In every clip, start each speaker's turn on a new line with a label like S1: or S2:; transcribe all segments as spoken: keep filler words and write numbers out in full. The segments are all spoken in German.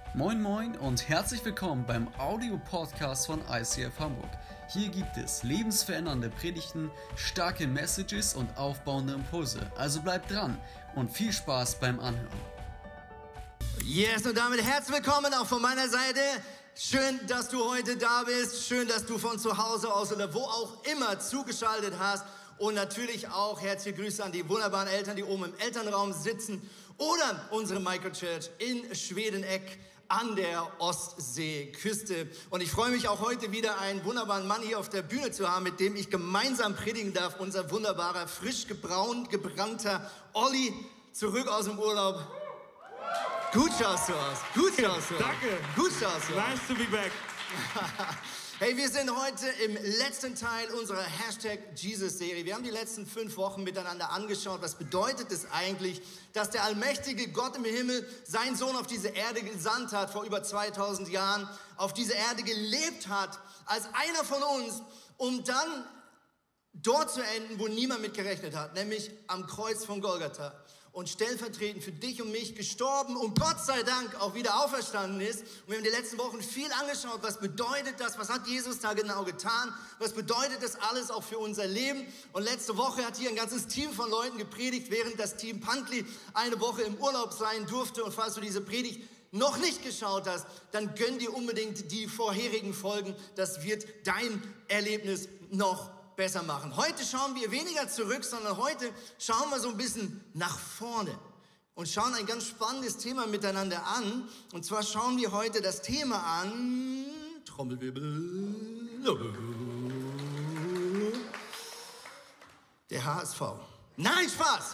S1: Moin Moin und herzlich willkommen beim Audio-Podcast von I C F Hamburg. Hier gibt es lebensverändernde Predigten, starke Messages und aufbauende Impulse. Also bleibt dran und viel Spaß beim Anhören.
S2: Yes, und damit herzlich willkommen auch von meiner Seite. Schön, dass du heute da bist. Schön, dass du von zu Hause aus oder wo auch immer zugeschaltet hast. Und natürlich auch herzliche Grüße an die wunderbaren Eltern, die oben im Elternraum sitzen. Oder unsere Microchurch in Schwedeneck an der Ostseeküste. Und ich freue mich auch heute wieder, einen wunderbaren Mann hier auf der Bühne zu haben, mit dem ich gemeinsam predigen darf. Unser wunderbarer, frisch gebraunt, gebrannter Olli, zurück aus dem Urlaub. Gut schaust du aus. Gut schaust du aus.
S3: Danke.
S2: Gut schaust du aus.
S3: Nice to be back.
S2: Hey, wir sind heute im letzten Teil unserer Hashtag Jesus-Serie. Wir haben die letzten fünf Wochen miteinander angeschaut. Was bedeutet es eigentlich, dass der allmächtige Gott im Himmel seinen Sohn auf diese Erde gesandt hat, vor über zweitausend Jahren, auf diese Erde gelebt hat, als einer von uns, um dann dort zu enden, wo niemand mit gerechnet hat, nämlich am Kreuz von Golgatha. Und stellvertretend für dich und mich gestorben und Gott sei Dank auch wieder auferstanden ist. Und wir haben die letzten Wochen viel angeschaut, was bedeutet das, was hat Jesus da genau getan, was bedeutet das alles auch für unser Leben. Und letzte Woche hat hier ein ganzes Team von Leuten gepredigt, während das Team Pantli eine Woche im Urlaub sein durfte. Und falls du diese Predigt noch nicht geschaut hast, dann gönn dir unbedingt die vorherigen Folgen. Das wird dein Erlebnis noch besser machen. Heute schauen wir weniger zurück, sondern heute schauen wir so ein bisschen nach vorne und schauen ein ganz spannendes Thema miteinander an. Und zwar schauen wir heute das Thema an, Trommelwirbel, der H S V. Nein, Spaß!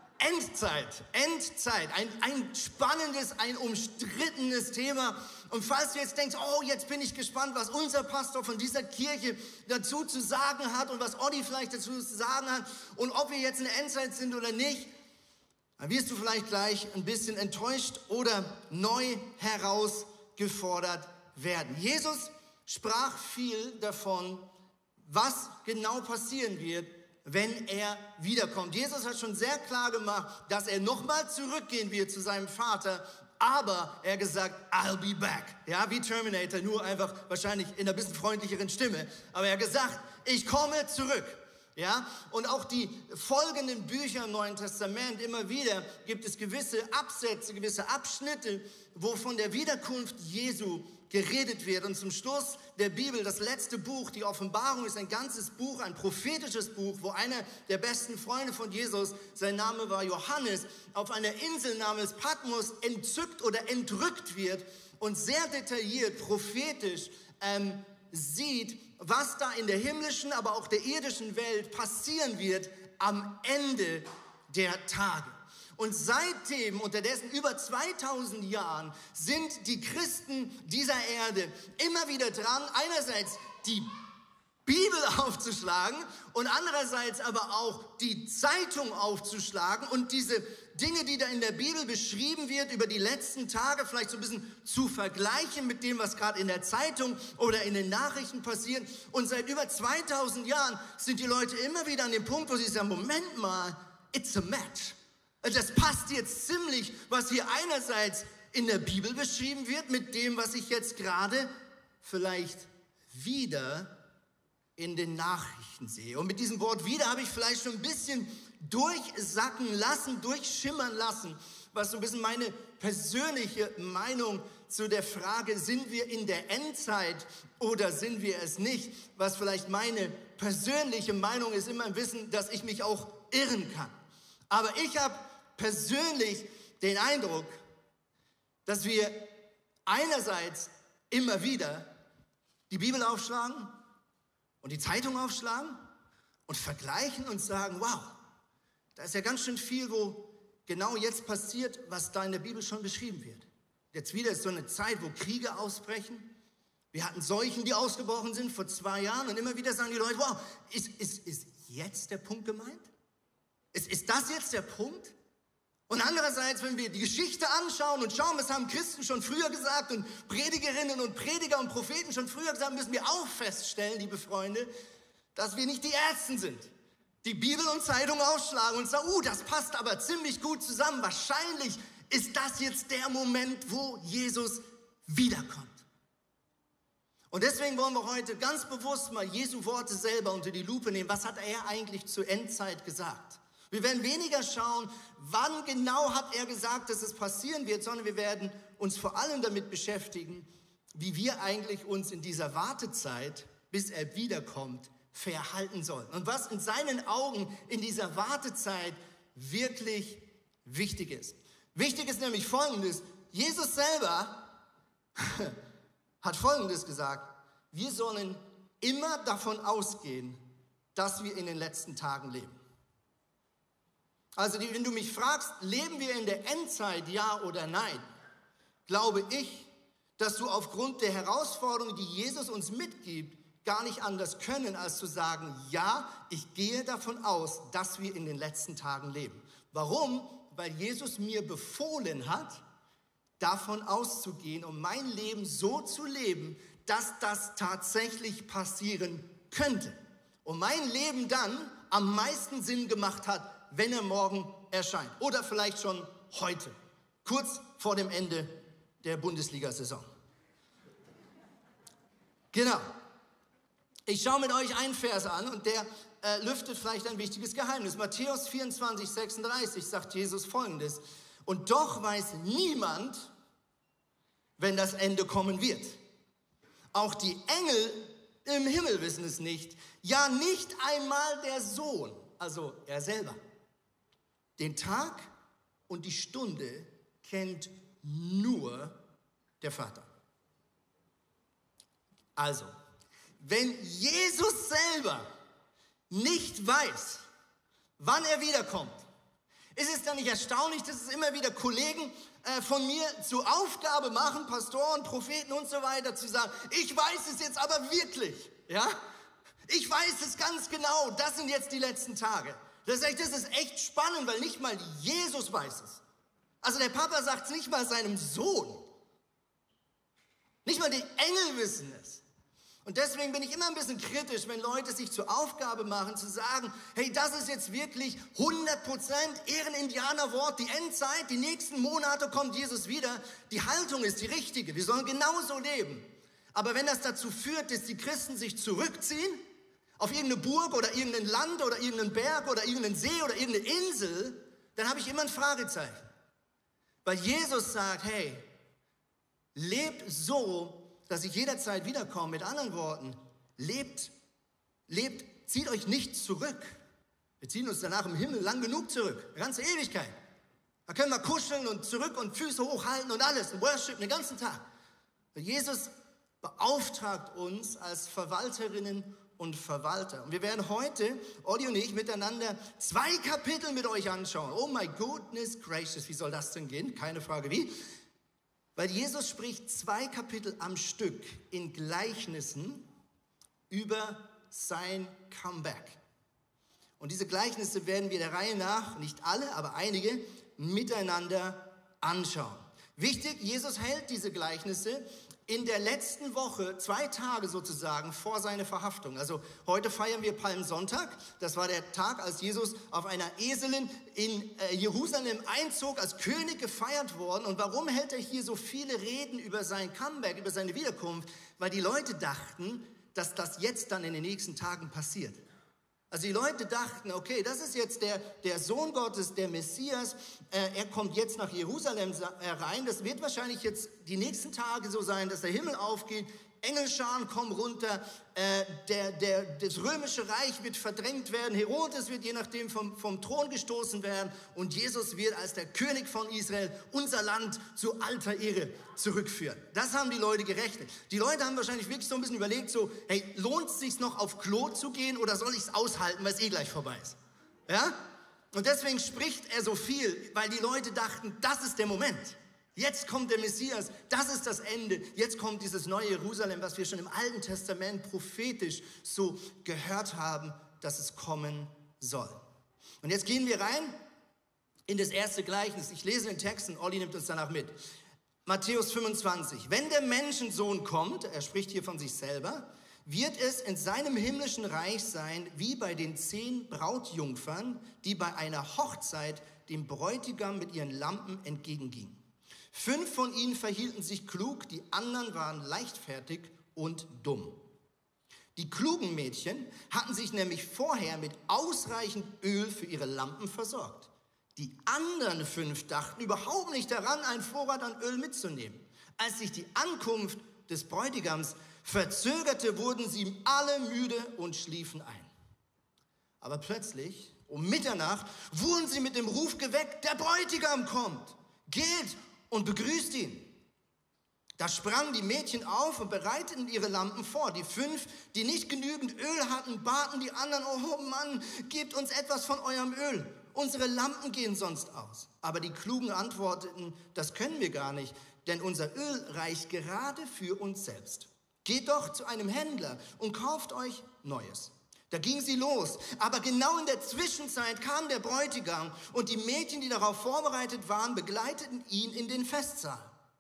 S2: Endzeit, Endzeit, ein, ein spannendes, ein umstrittenes Thema. Und falls du jetzt denkst, oh, jetzt bin ich gespannt, was unser Pastor von dieser Kirche dazu zu sagen hat und was Oddi vielleicht dazu zu sagen hat und ob wir jetzt in der Endzeit sind oder nicht, dann wirst du vielleicht gleich ein bisschen enttäuscht oder neu herausgefordert werden. Jesus sprach viel davon, was genau passieren wird, wenn er wiederkommt. Jesus hat schon sehr klar gemacht, dass er nochmal zurückgehen wird zu seinem Vater, aber er hat gesagt, I'll be back. Ja, wie Terminator, nur einfach wahrscheinlich in einer bisschen freundlicheren Stimme. Aber er hat gesagt, ich komme zurück. Ja, und auch die folgenden Bücher im Neuen Testament, immer wieder gibt es gewisse Absätze, gewisse Abschnitte, wo von der Wiederkunft Jesu geredet wird. Und zum Schluss der Bibel, das letzte Buch, die Offenbarung, ist ein ganzes Buch, ein prophetisches Buch, wo einer der besten Freunde von Jesus, sein Name war Johannes, auf einer Insel namens Patmos entzückt oder entrückt wird und sehr detailliert, prophetisch ähm, sieht, was da in der himmlischen, aber auch der irdischen Welt passieren wird am Ende der Tage. Und seitdem, unterdessen über zweitausend Jahren, sind die Christen dieser Erde immer wieder dran, einerseits die Bibel aufzuschlagen und andererseits aber auch die Zeitung aufzuschlagen und diese Dinge, die da in der Bibel beschrieben wird, über die letzten Tage vielleicht so ein bisschen zu vergleichen mit dem, was gerade in der Zeitung oder in den Nachrichten passiert. Und seit über zweitausend Jahren sind die Leute immer wieder an dem Punkt, wo sie sagen, Moment mal, it's a match. Das passt jetzt ziemlich, was hier einerseits in der Bibel beschrieben wird, mit dem, was ich jetzt gerade vielleicht wieder in den Nachrichten sehe. Und mit diesem Wort wieder habe ich vielleicht schon ein bisschen durchsacken lassen, durchschimmern lassen, was so ein bisschen meine persönliche Meinung zu der Frage, sind wir in der Endzeit oder sind wir es nicht? Was vielleicht meine persönliche Meinung ist, immer im Wissen, dass ich mich auch irren kann. Aber ich habe persönlich den Eindruck, dass wir einerseits immer wieder die Bibel aufschlagen und die Zeitung aufschlagen und vergleichen und sagen, wow, da ist ja ganz schön viel, wo genau jetzt passiert, was da in der Bibel schon beschrieben wird. Jetzt wieder ist so eine Zeit, wo Kriege ausbrechen. Wir hatten Seuchen, die ausgebrochen sind vor zwei Jahren und immer wieder sagen die Leute, wow, ist, ist, ist jetzt der Punkt gemeint? Ist, ist das jetzt der Punkt? Und andererseits, wenn wir die Geschichte anschauen und schauen, was haben Christen schon früher gesagt und Predigerinnen und Prediger und Propheten schon früher gesagt, müssen wir auch feststellen, liebe Freunde, dass wir nicht die Ersten sind, die Bibel und Zeitung aufschlagen und sagen, uh, das passt aber ziemlich gut zusammen. Wahrscheinlich ist das jetzt der Moment, wo Jesus wiederkommt. Und deswegen wollen wir heute ganz bewusst mal Jesu Worte selber unter die Lupe nehmen. Was hat er eigentlich zur Endzeit gesagt? Wir werden weniger schauen, wann genau hat er gesagt, dass es passieren wird, sondern wir werden uns vor allem damit beschäftigen, wie wir eigentlich uns in dieser Wartezeit, bis er wiederkommt, verhalten sollen. Und was in seinen Augen in dieser Wartezeit wirklich wichtig ist. Wichtig ist nämlich Folgendes: Jesus selber hat Folgendes gesagt: Wir sollen immer davon ausgehen, dass wir in den letzten Tagen leben. Also wenn du mich fragst, leben wir in der Endzeit, ja oder nein, glaube ich, dass du aufgrund der Herausforderungen, die Jesus uns mitgibt, gar nicht anders können, als zu sagen, ja, ich gehe davon aus, dass wir in den letzten Tagen leben. Warum? Weil Jesus mir befohlen hat, davon auszugehen, um mein Leben so zu leben, dass das tatsächlich passieren könnte. Und mein Leben dann am meisten Sinn gemacht hat, wenn er morgen erscheint. Oder vielleicht schon heute, kurz vor dem Ende der Bundesliga-Saison. Genau. Ich schaue mit euch einen Vers an und der äh, lüftet vielleicht ein wichtiges Geheimnis. Matthäus vierundzwanzig, sechsunddreißig sagt Jesus Folgendes: Und doch weiß niemand, wenn das Ende kommen wird. Auch die Engel im Himmel wissen es nicht. Ja, nicht einmal der Sohn, also er selber. Den Tag und die Stunde kennt nur der Vater. Also, wenn Jesus selber nicht weiß, wann er wiederkommt, ist es dann nicht erstaunlich, dass es immer wieder Kollegen äh, von mir zur Aufgabe machen, Pastoren, Propheten und so weiter, zu sagen, ich weiß es jetzt aber wirklich, ja? Ich weiß es ganz genau, das sind jetzt die letzten Tage. Das ist, echt, das ist echt spannend, weil nicht mal Jesus weiß es. Also der Papa sagt es nicht mal seinem Sohn. Nicht mal die Engel wissen es. Und deswegen bin ich immer ein bisschen kritisch, wenn Leute sich zur Aufgabe machen, zu sagen, hey, das ist jetzt wirklich hundert Prozent Ehrenindianerwort, die Endzeit, die nächsten Monate kommt Jesus wieder. Die Haltung ist die richtige, wir sollen genauso leben. Aber wenn das dazu führt, dass die Christen sich zurückziehen, auf irgendeine Burg oder irgendein Land oder irgendeinen Berg oder irgendeinen See oder irgendeine Insel, dann habe ich immer ein Fragezeichen. Weil Jesus sagt, hey, lebt so, dass ich jederzeit wiederkomme. Mit anderen Worten, lebt, lebt, zieht euch nicht zurück. Wir ziehen uns danach im Himmel lang genug zurück, eine ganze Ewigkeit. Da können wir kuscheln und zurück und Füße hochhalten und alles, und Worship den ganzen Tag. Jesus beauftragt uns als Verwalterinnen und Verwalter. Und wir werden heute, Olli und ich, miteinander zwei Kapitel mit euch anschauen. Oh my goodness gracious, wie soll das denn gehen? Keine Frage wie. Weil Jesus spricht zwei Kapitel am Stück in Gleichnissen über sein Comeback. Und diese Gleichnisse werden wir der Reihe nach, nicht alle, aber einige, miteinander anschauen. Wichtig, Jesus hält diese Gleichnisse in der letzten Woche, zwei Tage sozusagen vor seiner Verhaftung. Also heute feiern wir Palmsonntag. Das war der Tag, als Jesus auf einer Eselin in Jerusalem einzog, als König gefeiert worden. Und warum hält er hier so viele Reden über sein Comeback, über seine Wiederkunft? Weil die Leute dachten, dass das jetzt dann in den nächsten Tagen passiert. Also die Leute dachten, okay, das ist jetzt der, der Sohn Gottes, der Messias, äh, er kommt jetzt nach Jerusalem rein. Das wird wahrscheinlich jetzt die nächsten Tage so sein, dass der Himmel aufgeht, Engelscharen kommen runter, äh, der, der, das römische Reich wird verdrängt werden, Herodes wird je nachdem vom, vom Thron gestoßen werden und Jesus wird als der König von Israel unser Land zu alter Ehre zurückführen. Das haben die Leute gerechnet. Die Leute haben wahrscheinlich wirklich so ein bisschen überlegt, so, hey, lohnt es sich noch auf Klo zu gehen oder soll ich es aushalten, weil es eh gleich vorbei ist? Ja? Und deswegen spricht er so viel, weil die Leute dachten, das ist der Moment. Jetzt kommt der Messias, das ist das Ende. Jetzt kommt dieses neue Jerusalem, was wir schon im Alten Testament prophetisch so gehört haben, dass es kommen soll. Und jetzt gehen wir rein in das erste Gleichnis. Ich lese den Text und Olli nimmt uns danach mit. Matthäus fünfundzwanzig. Wenn der Menschensohn kommt, er spricht hier von sich selber, wird es in seinem himmlischen Reich sein, wie bei den zehn Brautjungfern, die bei einer Hochzeit dem Bräutigam mit ihren Lampen entgegengingen. Fünf von ihnen verhielten sich klug, die anderen waren leichtfertig und dumm. Die klugen Mädchen hatten sich nämlich vorher mit ausreichend Öl für ihre Lampen versorgt. Die anderen fünf dachten überhaupt nicht daran, einen Vorrat an Öl mitzunehmen. Als sich die Ankunft des Bräutigams verzögerte, wurden sie alle müde und schliefen ein. Aber plötzlich, um Mitternacht, wurden sie mit dem Ruf geweckt, der Bräutigam kommt. Geht und begrüßt ihn. Da sprangen die Mädchen auf und bereiteten ihre Lampen vor. Die fünf, die nicht genügend Öl hatten, baten die anderen, oh Mann, gebt uns etwas von eurem Öl. Unsere Lampen gehen sonst aus. Aber die Klugen antworteten, das können wir gar nicht, denn unser Öl reicht gerade für uns selbst. Geht doch zu einem Händler und kauft euch Neues. Da ging sie los, aber genau in der Zwischenzeit kam der Bräutigam und die Mädchen, die darauf vorbereitet waren, begleiteten ihn in den Festsaal.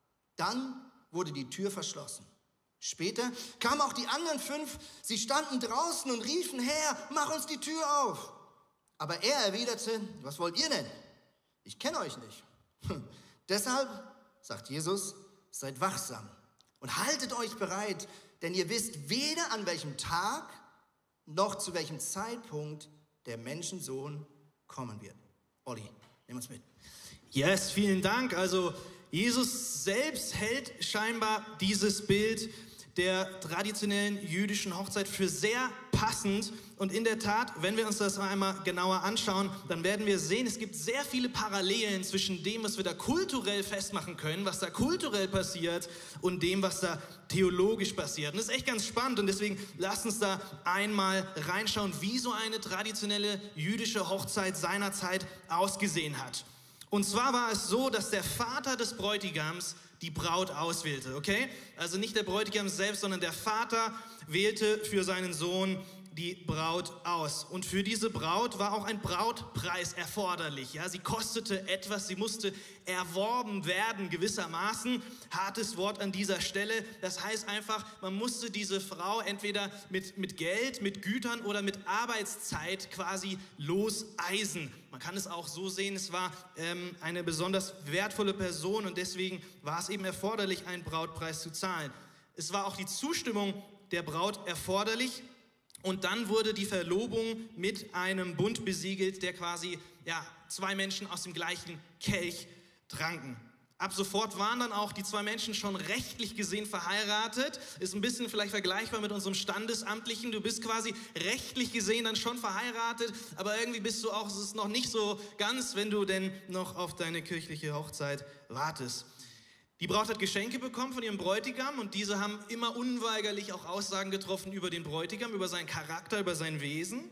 S2: Dann wurde die Tür verschlossen. Später kamen auch die anderen fünf, sie standen draußen und riefen, Herr, mach uns die Tür auf. Aber er erwiderte, was wollt ihr denn? Ich kenne euch nicht. Deshalb, sagt Jesus, seid wachsam und haltet euch bereit, denn ihr wisst weder an welchem Tag noch zu welchem Zeitpunkt der Menschensohn kommen wird. Olli, nimm uns mit.
S3: Yes, vielen Dank. Also Jesus selbst hält scheinbar dieses Bild der traditionellen jüdischen Hochzeit für sehr passend. Und in der Tat, wenn wir uns das einmal genauer anschauen, dann werden wir sehen, es gibt sehr viele Parallelen zwischen dem, was wir da kulturell festmachen können, was da kulturell passiert und dem, was da theologisch passiert. Und das ist echt ganz spannend und deswegen lasst uns da einmal reinschauen, wie so eine traditionelle jüdische Hochzeit seinerzeit ausgesehen hat. Und zwar war es so, dass der Vater des Bräutigams die Braut auswählte, okay? Also nicht der Bräutigam selbst, sondern der Vater wählte für seinen Sohn die Braut aus. Und für diese Braut war auch ein Brautpreis erforderlich. Ja? Sie kostete etwas, sie musste erworben werden gewissermaßen. Hartes Wort an dieser Stelle. Das heißt einfach, man musste diese Frau entweder mit, mit Geld, mit Gütern oder mit Arbeitszeit quasi loseisen. Man kann es auch so sehen, es war ähm, eine besonders wertvolle Person und deswegen war es eben erforderlich, einen Brautpreis zu zahlen. Es war auch die Zustimmung der Braut erforderlich. Und dann wurde die Verlobung mit einem Bund besiegelt, der quasi ja, zwei Menschen aus dem gleichen Kelch tranken. Ab sofort waren dann auch die zwei Menschen schon rechtlich gesehen verheiratet. Ist ein bisschen vielleicht vergleichbar mit unserem Standesamtlichen. Du bist quasi rechtlich gesehen dann schon verheiratet, aber irgendwie bist du auch, es ist noch nicht so ganz, wenn du denn noch auf deine kirchliche Hochzeit wartest. Die Braut hat Geschenke bekommen von ihrem Bräutigam und diese haben immer unweigerlich auch Aussagen getroffen über den Bräutigam, über seinen Charakter, über sein Wesen.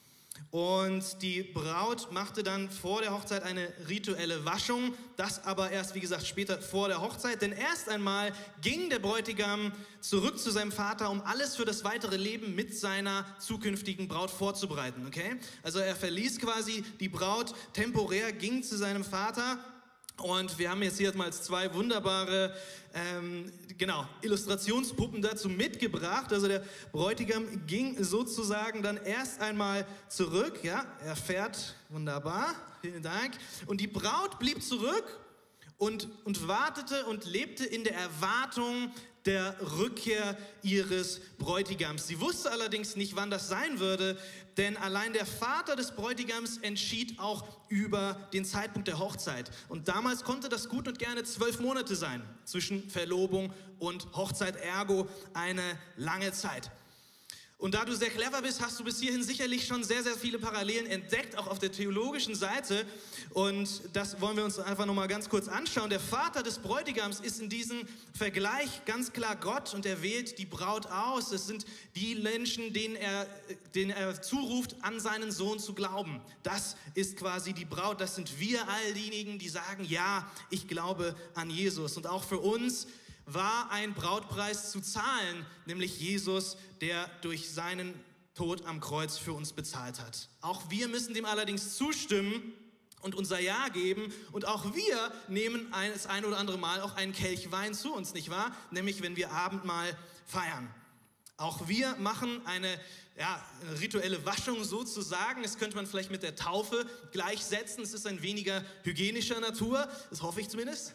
S3: Und die Braut machte dann vor der Hochzeit eine rituelle Waschung, das aber erst, wie gesagt, später vor der Hochzeit. Denn erst einmal ging der Bräutigam zurück zu seinem Vater, um alles für das weitere Leben mit seiner zukünftigen Braut vorzubereiten. Okay? Also er verließ quasi die Braut temporär, ging zu seinem Vater. Und wir haben jetzt hier mal zwei wunderbare ähm, genau, Illustrationspuppen dazu mitgebracht. Also der Bräutigam ging sozusagen dann erst einmal zurück. Ja, er fährt, wunderbar, vielen Dank. Und die Braut blieb zurück und, und wartete und lebte in der Erwartung der Rückkehr ihres Bräutigams. Sie wusste allerdings nicht, wann das sein würde, denn allein der Vater des Bräutigams entschied auch über den Zeitpunkt der Hochzeit. Und damals konnte das gut und gerne zwölf Monate sein, zwischen Verlobung und Hochzeit, ergo eine lange Zeit. Und da du sehr clever bist, hast du bis hierhin sicherlich schon sehr, sehr viele Parallelen entdeckt, auch auf der theologischen Seite. Und das wollen wir uns einfach nochmal ganz kurz anschauen. Der Vater des Bräutigams ist in diesem Vergleich ganz klar Gott und er wählt die Braut aus. Es sind die Menschen, denen er, denen er zuruft, an seinen Sohn zu glauben. Das ist quasi die Braut, das sind wir all diejenigen, die sagen, ja, ich glaube an Jesus. Und auch für uns war ein Brautpreis zu zahlen, nämlich Jesus, der durch seinen Tod am Kreuz für uns bezahlt hat. Auch wir müssen dem allerdings zustimmen und unser Ja geben und auch wir nehmen ein, das ein oder andere Mal auch einen Kelch Wein zu uns, nicht wahr? Nämlich wenn wir Abendmahl feiern. Auch wir machen eine ja, rituelle Waschung sozusagen. Das könnte man vielleicht mit der Taufe gleichsetzen. Es ist ein weniger hygienischer Natur, das hoffe ich zumindest.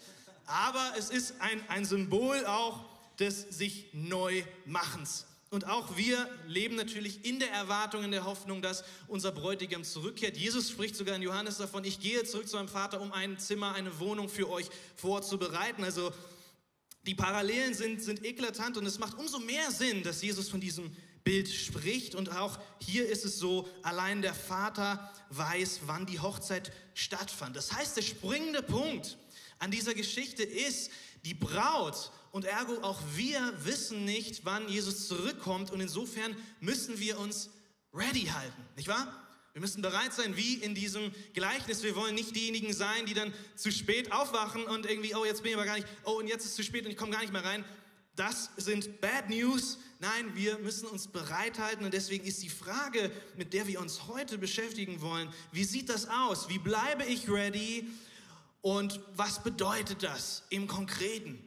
S3: aber es ist ein, ein Symbol auch des sich Neumachens. Und auch wir leben natürlich in der Erwartung, in der Hoffnung, dass unser Bräutigam zurückkehrt. Jesus spricht sogar in Johannes davon, ich gehe zurück zu meinem Vater, um ein Zimmer, eine Wohnung für euch vorzubereiten. Also die Parallelen sind, sind eklatant und es macht umso mehr Sinn, dass Jesus von diesem Bild spricht. Und auch hier ist es so, allein der Vater weiß, wann die Hochzeit stattfand. Das heißt, der springende Punkt an dieser Geschichte ist, die Braut und ergo auch wir wissen nicht, wann Jesus zurückkommt und insofern müssen wir uns ready halten, nicht wahr? Wir müssen bereit sein, wie in diesem Gleichnis. Wir wollen nicht diejenigen sein, die dann zu spät aufwachen und irgendwie, oh, jetzt bin ich aber gar nicht, oh, und jetzt ist es zu spät und ich komme gar nicht mehr rein. Das sind Bad News. Nein, wir müssen uns bereithalten und deswegen ist die Frage, mit der wir uns heute beschäftigen wollen, wie sieht das aus? Wie bleibe ich ready? Und was bedeutet das im Konkreten?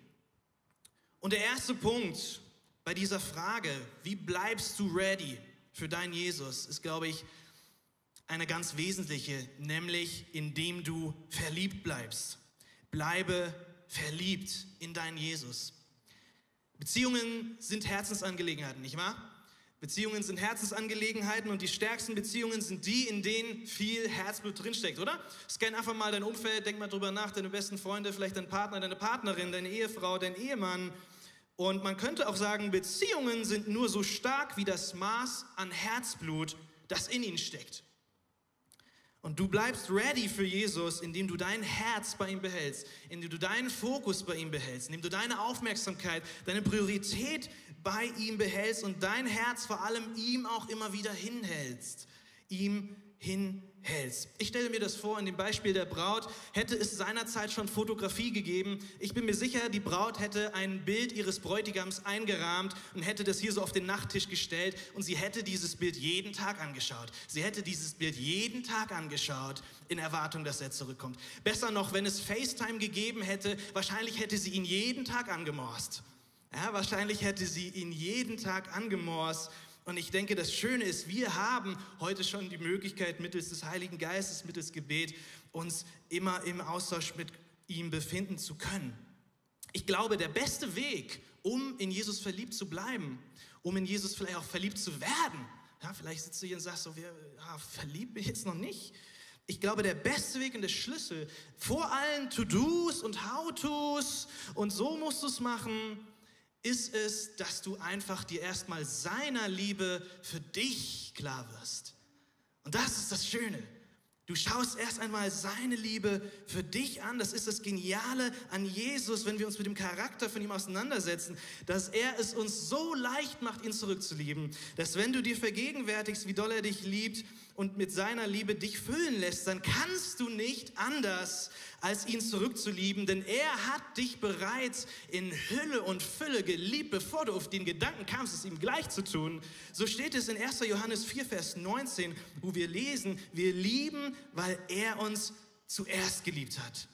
S3: Und der erste Punkt bei dieser Frage, wie bleibst du ready für deinen Jesus, ist, glaube ich, eine ganz wesentliche, nämlich indem du verliebt bleibst. Bleibe verliebt in deinen Jesus. Beziehungen sind Herzensangelegenheiten, nicht wahr? Beziehungen sind Herzensangelegenheiten und die stärksten Beziehungen sind die, in denen viel Herzblut drinsteckt, oder? Scan einfach mal dein Umfeld, denk mal drüber nach, deine besten Freunde, vielleicht dein Partner, deine Partnerin, deine Ehefrau, dein Ehemann. Und man könnte auch sagen, Beziehungen sind nur so stark wie das Maß an Herzblut, das in ihnen steckt. Und du bleibst ready für Jesus, indem du dein Herz bei ihm behältst, indem du deinen Fokus bei ihm behältst, indem du deine Aufmerksamkeit, deine Priorität bei ihm behältst und dein Herz vor allem ihm auch immer wieder hinhältst. Ihm hinhältst. Ich stelle mir das vor, in dem Beispiel der Braut hätte es seinerzeit schon Fotografie gegeben. Ich bin mir sicher, die Braut hätte ein Bild ihres Bräutigams eingerahmt und hätte das hier so auf den Nachttisch gestellt und sie hätte dieses Bild jeden Tag angeschaut. Sie hätte dieses Bild jeden Tag angeschaut in Erwartung, dass er zurückkommt. Besser noch, wenn es FaceTime gegeben hätte, wahrscheinlich hätte sie ihn jeden Tag angemorst. Ja, wahrscheinlich hätte sie ihn jeden Tag angemorst. Und ich denke, das Schöne ist, wir haben heute schon die Möglichkeit, mittels des Heiligen Geistes, mittels Gebet, uns immer im Austausch mit ihm befinden zu können. Ich glaube, der beste Weg, um in Jesus verliebt zu bleiben, um in Jesus vielleicht auch verliebt zu werden, ja, vielleicht sitzt du hier und sagst so, ja, verliebt bin ich jetzt noch nicht. Ich glaube, der beste Weg und der Schlüssel vor allen To-Dos und How-Tos und so musst du es machen, ist es, dass du einfach dir erstmal seiner Liebe für dich klar wirst. Und das ist das Schöne. Du schaust erst einmal seine Liebe für dich an. Das ist das Geniale an Jesus, wenn wir uns mit dem Charakter von ihm auseinandersetzen, dass er es uns so leicht macht, ihn zurückzulieben, dass wenn du dir vergegenwärtigst, wie doll er dich liebt und mit seiner Liebe dich füllen lässt, dann kannst du nicht anders, als ihn zurückzulieben, denn er hat dich bereits in Hülle und Fülle geliebt, bevor du auf den Gedanken kamst, es ihm gleich zu tun. So steht es in erster Johannes vier, Vers neunzehn, wo wir lesen, wir lieben, weil er uns zuerst geliebt hat.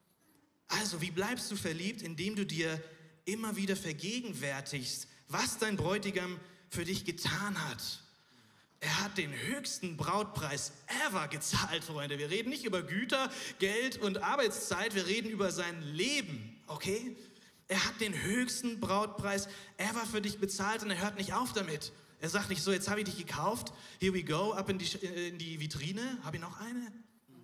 S3: Also, wie bleibst du verliebt? Indem du dir immer wieder vergegenwärtigst, was dein Bräutigam für dich getan hat. Er hat den höchsten Brautpreis ever gezahlt, Freunde. Wir reden nicht über Güter, Geld und Arbeitszeit, wir reden über sein Leben, okay? Er hat den höchsten Brautpreis ever für dich bezahlt und er hört nicht auf damit. Er sagt nicht so, jetzt habe ich dich gekauft, here we go, ab in die, in die Vitrine, habe ich noch eine?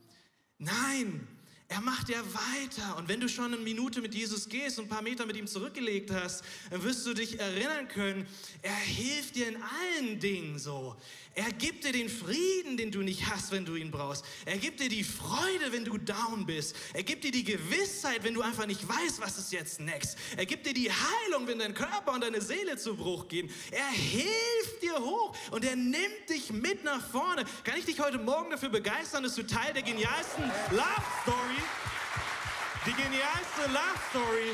S3: Nein, er macht ja weiter. Und wenn du schon eine Minute mit Jesus gehst und ein paar Meter mit ihm zurückgelegt hast, dann wirst du dich erinnern können, er hilft dir in allen Dingen so. Er gibt dir den Frieden, den du nicht hast, wenn du ihn brauchst. Er gibt dir die Freude, wenn du down bist. Er gibt dir die Gewissheit, wenn du einfach nicht weißt, was ist jetzt next. Er gibt dir die Heilung, wenn dein Körper und deine Seele zu Bruch gehen. Er hilft dir hoch und er nimmt dich mit nach vorne. Kann ich dich heute Morgen dafür begeistern, dass du Teil der genialsten Love Story, die genialste Love Story,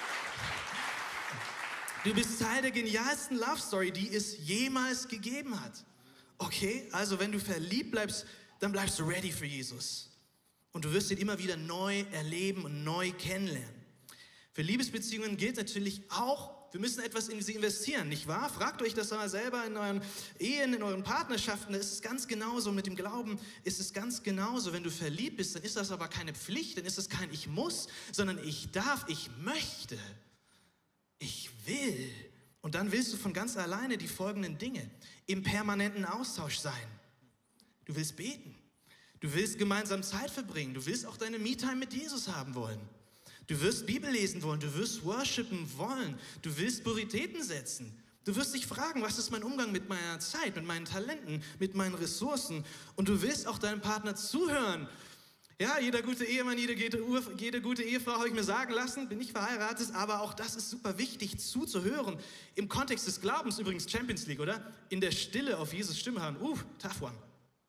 S3: du bist Teil der genialsten Love Story, die es jemals gegeben hat. Okay, also wenn du verliebt bleibst, dann bleibst du ready für Jesus. Und du wirst ihn immer wieder neu erleben und neu kennenlernen. Für Liebesbeziehungen gilt natürlich auch, wir müssen etwas in sie investieren, nicht wahr? Fragt euch das mal selber in euren Ehen, in euren Partnerschaften. Da ist es ganz genauso. Mit dem Glauben ist es ganz genauso. Wenn du verliebt bist, dann ist das aber keine Pflicht, dann ist es kein Ich muss, sondern ich darf, ich möchte, ich will. Und dann willst du von ganz alleine die folgenden Dinge: im permanenten Austausch sein. Du willst beten. Du willst gemeinsam Zeit verbringen. Du willst auch deine Me-Time mit Jesus haben wollen. Du wirst Bibel lesen wollen, du wirst worshipen wollen, du willst Prioritäten setzen. Du wirst dich fragen, was ist mein Umgang mit meiner Zeit, mit meinen Talenten, mit meinen Ressourcen. Und du willst auch deinem Partner zuhören. Ja, jeder gute Ehemann, jede, jede gute Ehefrau, habe ich mir sagen lassen, bin nicht verheiratet, aber auch das ist super wichtig, zuzuhören. Im Kontext des Glaubens übrigens Champions League, oder? In der Stille auf Jesus Stimme hören. Uh, tough one.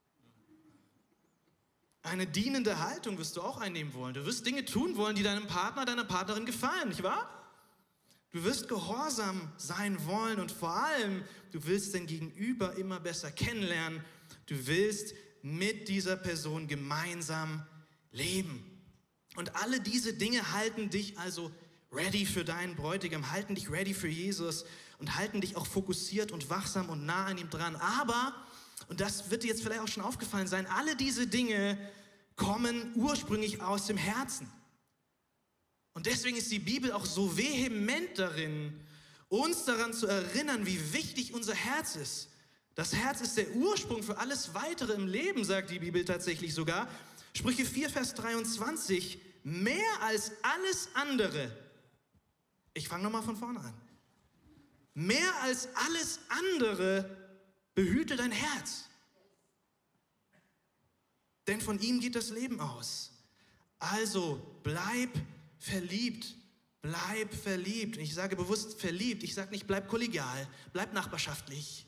S3: Eine dienende Haltung wirst du auch einnehmen wollen. Du wirst Dinge tun wollen, die deinem Partner, deiner Partnerin gefallen, nicht wahr? Du wirst gehorsam sein wollen und vor allem, du willst dein Gegenüber immer besser kennenlernen. Du willst mit dieser Person gemeinsam leben. Und alle diese Dinge halten dich also ready für deinen Bräutigam, halten dich ready für Jesus und halten dich auch fokussiert und wachsam und nah an ihm dran. Aber, und das wird dir jetzt vielleicht auch schon aufgefallen sein, alle diese Dinge kommen ursprünglich aus dem Herzen. Und deswegen ist die Bibel auch so vehement darin, uns daran zu erinnern, wie wichtig unser Herz ist. Das Herz ist der Ursprung für alles Weitere im Leben, sagt die Bibel tatsächlich sogar. Sprüche vier, Vers dreiundzwanzig, mehr als alles andere. Ich fange nochmal von vorne an. Mehr als alles andere behüte dein Herz. Denn von ihm geht das Leben aus. Also bleib verliebt. Bleib verliebt. Ich sage bewusst verliebt. Ich sage nicht bleib kollegial, bleib nachbarschaftlich.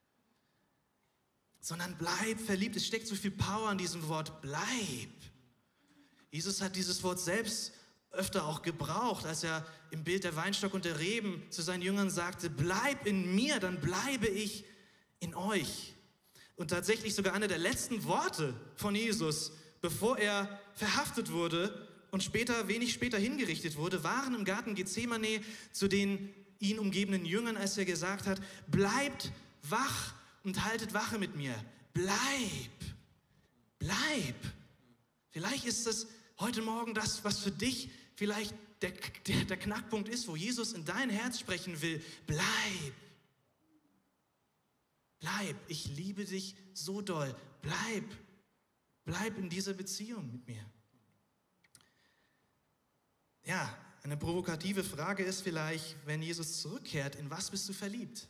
S3: Sondern bleib verliebt. Es steckt so viel Power in diesem Wort bleib. Jesus hat dieses Wort selbst öfter auch gebraucht, als er im Bild der Weinstock und der Reben zu seinen Jüngern sagte, bleib in mir, dann bleibe ich in euch. Und tatsächlich sogar eine der letzten Worte von Jesus, bevor er verhaftet wurde und später, wenig später hingerichtet wurde, waren im Garten Gethsemane zu den ihn umgebenden Jüngern, als er gesagt hat, bleibt wach und haltet Wache mit mir. Bleib, bleib. Vielleicht ist das heute Morgen das, was für dich vielleicht der, der, der Knackpunkt ist, wo Jesus in dein Herz sprechen will. Bleib. Bleib, ich liebe dich so doll. Bleib, bleib in dieser Beziehung mit mir. Ja, eine provokative Frage ist vielleicht, wenn Jesus zurückkehrt, in was bist du verliebt?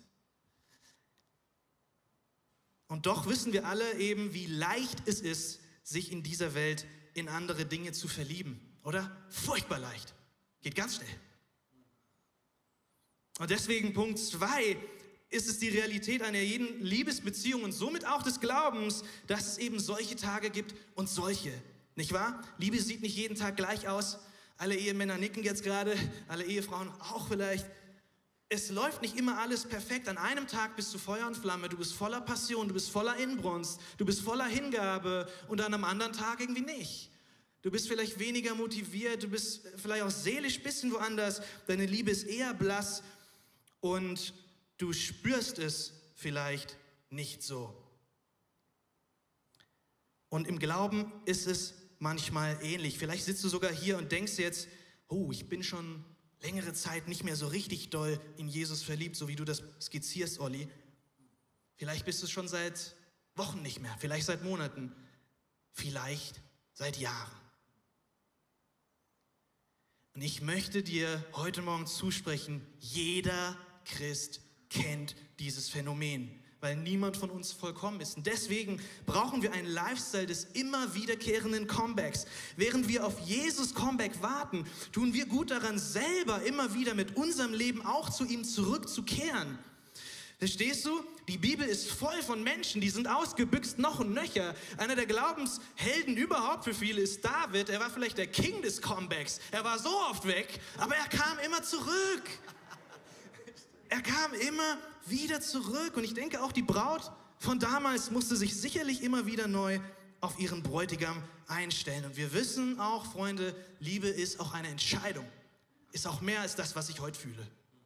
S3: Und doch wissen wir alle eben, wie leicht es ist, sich in dieser Welt in andere Dinge zu verlieben, oder? Furchtbar leicht. Geht ganz schnell. Und deswegen Punkt zwei, ist es die Realität einer jeden Liebesbeziehung und somit auch des Glaubens, dass es eben solche Tage gibt und solche, nicht wahr? Liebe sieht nicht jeden Tag gleich aus. Alle Ehemänner nicken jetzt gerade, alle Ehefrauen auch vielleicht. Es läuft nicht immer alles perfekt. An einem Tag bist du Feuer und Flamme, du bist voller Passion, du bist voller Inbrunst, du bist voller Hingabe und an einem anderen Tag irgendwie nicht. Du bist vielleicht weniger motiviert, du bist vielleicht auch seelisch ein bisschen woanders, deine Liebe ist eher blass und du spürst es vielleicht nicht so. Und im Glauben ist es manchmal ähnlich. Vielleicht sitzt du sogar hier und denkst jetzt, oh, ich bin schon längere Zeit nicht mehr so richtig doll in Jesus verliebt, so wie du das skizzierst, Olli. Vielleicht bist du schon seit Wochen nicht mehr, vielleicht seit Monaten, vielleicht seit Jahren. Und ich möchte dir heute Morgen zusprechen, jeder Christ kennt dieses Phänomen, weil niemand von uns vollkommen ist. Und deswegen brauchen wir einen Lifestyle des immer wiederkehrenden Comebacks. Während wir auf Jesus Comeback warten, tun wir gut daran, selber immer wieder mit unserem Leben auch zu ihm zurückzukehren. Verstehst du? Die Bibel ist voll von Menschen, die sind ausgebüxt noch und nöcher. Einer der Glaubenshelden überhaupt für viele ist David. Er war vielleicht der King des Comebacks. Er war so oft weg, aber er kam immer zurück. Er kam immer wieder zurück und ich denke auch die Braut von damals musste sich sicherlich immer wieder neu auf ihren Bräutigam einstellen. Und wir wissen auch, Freunde, Liebe ist auch eine Entscheidung. ist auch mehr als das, was ich heute fühle.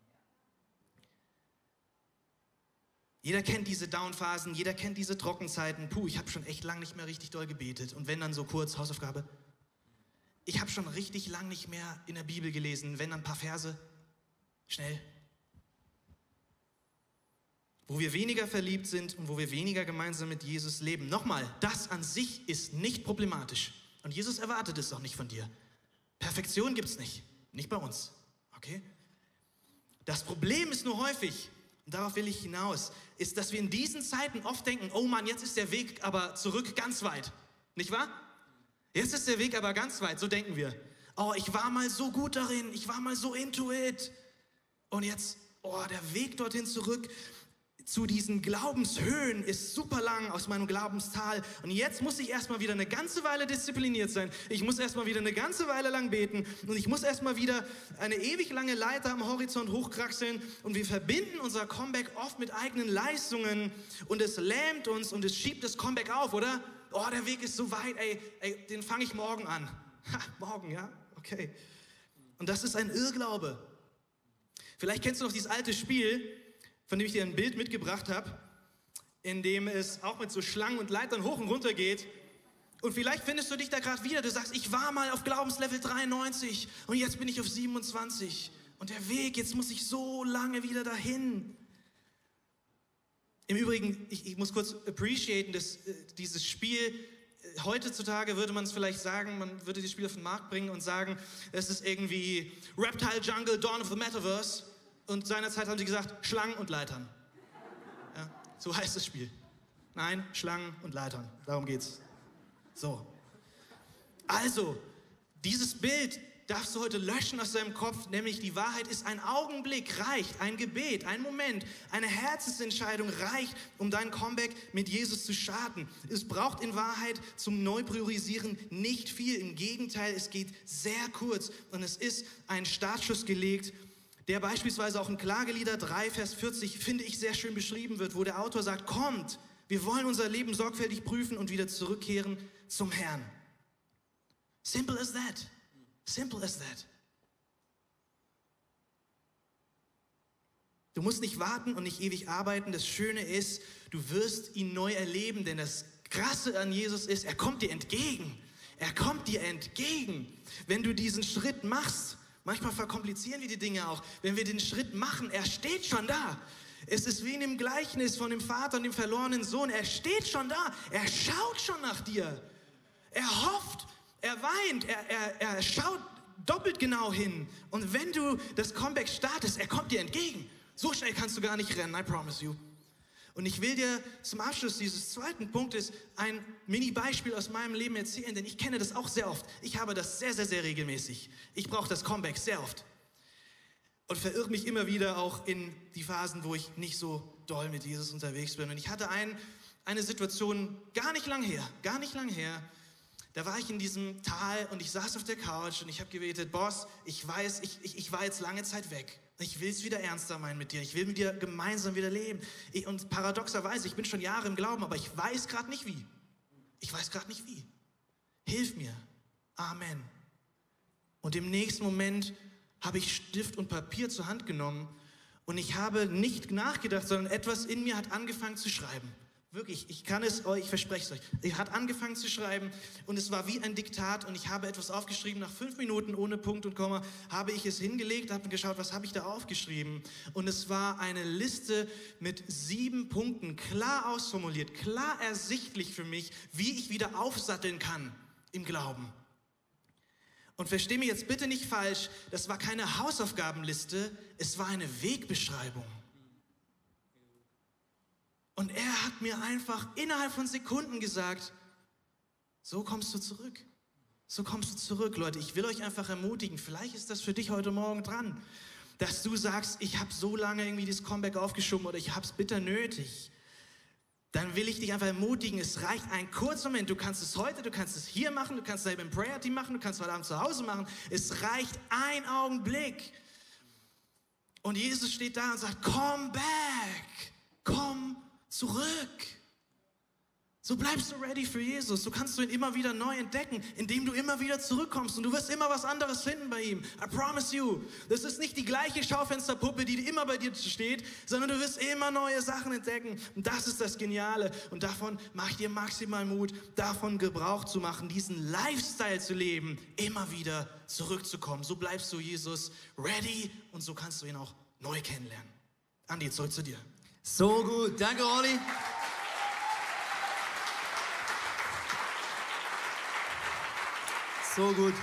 S3: Jeder kennt diese Downphasen, jeder kennt diese Trockenzeiten. Puh, ich habe schon echt lang nicht mehr richtig doll gebetet. Und wenn dann so kurz, Hausaufgabe, ich habe schon richtig lang nicht mehr in der Bibel gelesen, wenn dann ein paar Verse, schnell. Wo wir weniger verliebt sind und wo wir weniger gemeinsam mit Jesus leben. Nochmal, das an sich ist nicht problematisch. Und Jesus erwartet es auch nicht von dir. Perfektion gibt es nicht, nicht bei uns, okay? Das Problem ist nur häufig, und darauf will ich hinaus, ist, dass wir in diesen Zeiten oft denken, oh Mann, jetzt ist der Weg aber zurück ganz weit. Nicht wahr? Jetzt ist der Weg aber ganz weit, so denken wir. Oh, ich war mal so gut darin, ich war mal so into it. Und jetzt, oh, der Weg dorthin zurück zu diesen Glaubenshöhen ist super lang aus meinem Glaubenstal. Und jetzt muss ich erstmal wieder eine ganze Weile diszipliniert sein. Ich muss erstmal wieder eine ganze Weile lang beten. Und ich muss erstmal wieder eine ewig lange Leiter am Horizont hochkraxeln. Und wir verbinden unser Comeback oft mit eigenen Leistungen. Und es lähmt uns und es schiebt das Comeback auf, oder? Oh, der Weg ist so weit, ey, ey den fange ich morgen an. Ha, morgen, ja? Okay. Und das ist ein Irrglaube. Vielleicht kennst du noch dieses alte Spiel, von dem ich dir ein Bild mitgebracht habe, in dem es auch mit so Schlangen und Leitern hoch und runter geht. Und vielleicht findest du dich da gerade wieder. Du sagst, ich war mal auf Glaubenslevel dreiundneunzig und jetzt bin ich auf siebenundzwanzig. Und der Weg, jetzt muss ich so lange wieder dahin. Im Übrigen, ich, ich muss kurz appreciaten, dass äh, dieses Spiel, äh, heutzutage würde man es vielleicht sagen, man würde das Spiel auf den Markt bringen und sagen, es ist irgendwie Reptile Jungle, Dawn of the Metaverse. Und seinerzeit haben sie gesagt, Schlangen und Leitern. Ja, so heißt das Spiel. Nein, Schlangen und Leitern. Darum geht's. So. Also, dieses Bild darfst du heute löschen aus deinem Kopf, nämlich die Wahrheit ist, ein Augenblick reicht, ein Gebet, ein Moment, eine Herzensentscheidung reicht, um dein Comeback mit Jesus zu starten. Es braucht in Wahrheit zum Neupriorisieren nicht viel. Im Gegenteil, es geht sehr kurz und es ist ein Startschuss gelegt, der beispielsweise auch in Klagelieder drei, Vers vierzig, finde ich, sehr schön beschrieben wird, wo der Autor sagt, kommt, wir wollen unser Leben sorgfältig prüfen und wieder zurückkehren zum Herrn. Simple as that. Simple as that. Du musst nicht warten und nicht ewig arbeiten. Das Schöne ist, du wirst ihn neu erleben, denn das Krasse an Jesus ist, er kommt dir entgegen. Er kommt dir entgegen, wenn du diesen Schritt machst. Manchmal verkomplizieren wir die Dinge auch. Wenn wir den Schritt machen, er steht schon da. Es ist wie in dem Gleichnis von dem Vater und dem verlorenen Sohn. Er steht schon da. Er schaut schon nach dir. Er hofft, er weint, er, er, er schaut doppelt genau hin. Und wenn du das Comeback startest, er kommt dir entgegen. So schnell kannst du gar nicht rennen, I promise you. Und ich will dir zum Abschluss dieses zweiten Punktes ein Mini-Beispiel aus meinem Leben erzählen, denn ich kenne das auch sehr oft. Ich habe das sehr, sehr, sehr regelmäßig. Ich brauche das Comeback sehr oft. Und verirre mich immer wieder auch in die Phasen, wo ich nicht so doll mit Jesus unterwegs bin. Und ich hatte ein, eine Situation gar nicht lang her, gar nicht lang her. Da war ich in diesem Tal und ich saß auf der Couch und ich habe gebetet, Boss, ich weiß, ich, ich, ich war jetzt lange Zeit weg. Ich will es wieder ernster meinen mit dir. Ich will mit dir gemeinsam wieder leben. Ich, und paradoxerweise, ich bin schon Jahre im Glauben, aber ich weiß gerade nicht wie. Ich weiß gerade nicht wie. Hilf mir. Amen. Und im nächsten Moment habe ich Stift und Papier zur Hand genommen und ich habe nicht nachgedacht, sondern etwas in mir hat angefangen zu schreiben. Wirklich, ich kann es euch, ich verspreche es euch. Ich hat angefangen zu schreiben und es war wie ein Diktat und ich habe etwas aufgeschrieben. Nach fünf Minuten ohne Punkt und Komma habe ich es hingelegt, habe geschaut, was habe ich da aufgeschrieben. Und es war eine Liste mit sieben Punkten, klar ausformuliert, klar ersichtlich für mich, wie ich wieder aufsatteln kann im Glauben. Und versteh mich jetzt bitte nicht falsch, das war keine Hausaufgabenliste, es war eine Wegbeschreibung. Und er hat mir einfach innerhalb von Sekunden gesagt, so kommst du zurück. So kommst du zurück, Leute. Ich will euch einfach ermutigen, vielleicht ist das für dich heute Morgen dran, dass du sagst, ich habe so lange irgendwie das Comeback aufgeschoben oder ich habe es bitter nötig. Dann will ich dich einfach ermutigen, es reicht ein kurzer Moment. Du kannst es heute, du kannst es hier machen, du kannst es eben im Prayer-Team machen, du kannst es heute Abend zu Hause machen. Es reicht ein Augenblick. Und Jesus steht da und sagt, come back, komm zurück. So bleibst du ready für Jesus. So kannst du ihn immer wieder neu entdecken, indem du immer wieder zurückkommst und du wirst immer was anderes finden bei ihm. I promise you. Das ist nicht die gleiche Schaufensterpuppe, die immer bei dir steht, sondern du wirst immer neue Sachen entdecken. Und das ist das Geniale. Und davon mach ich dir maximal Mut, davon Gebrauch zu machen, diesen Lifestyle zu leben, immer wieder zurückzukommen. So bleibst du Jesus ready und so kannst du ihn auch neu kennenlernen. Andi, zurück zu dir.
S2: So gut. Danke, Olli. So gut.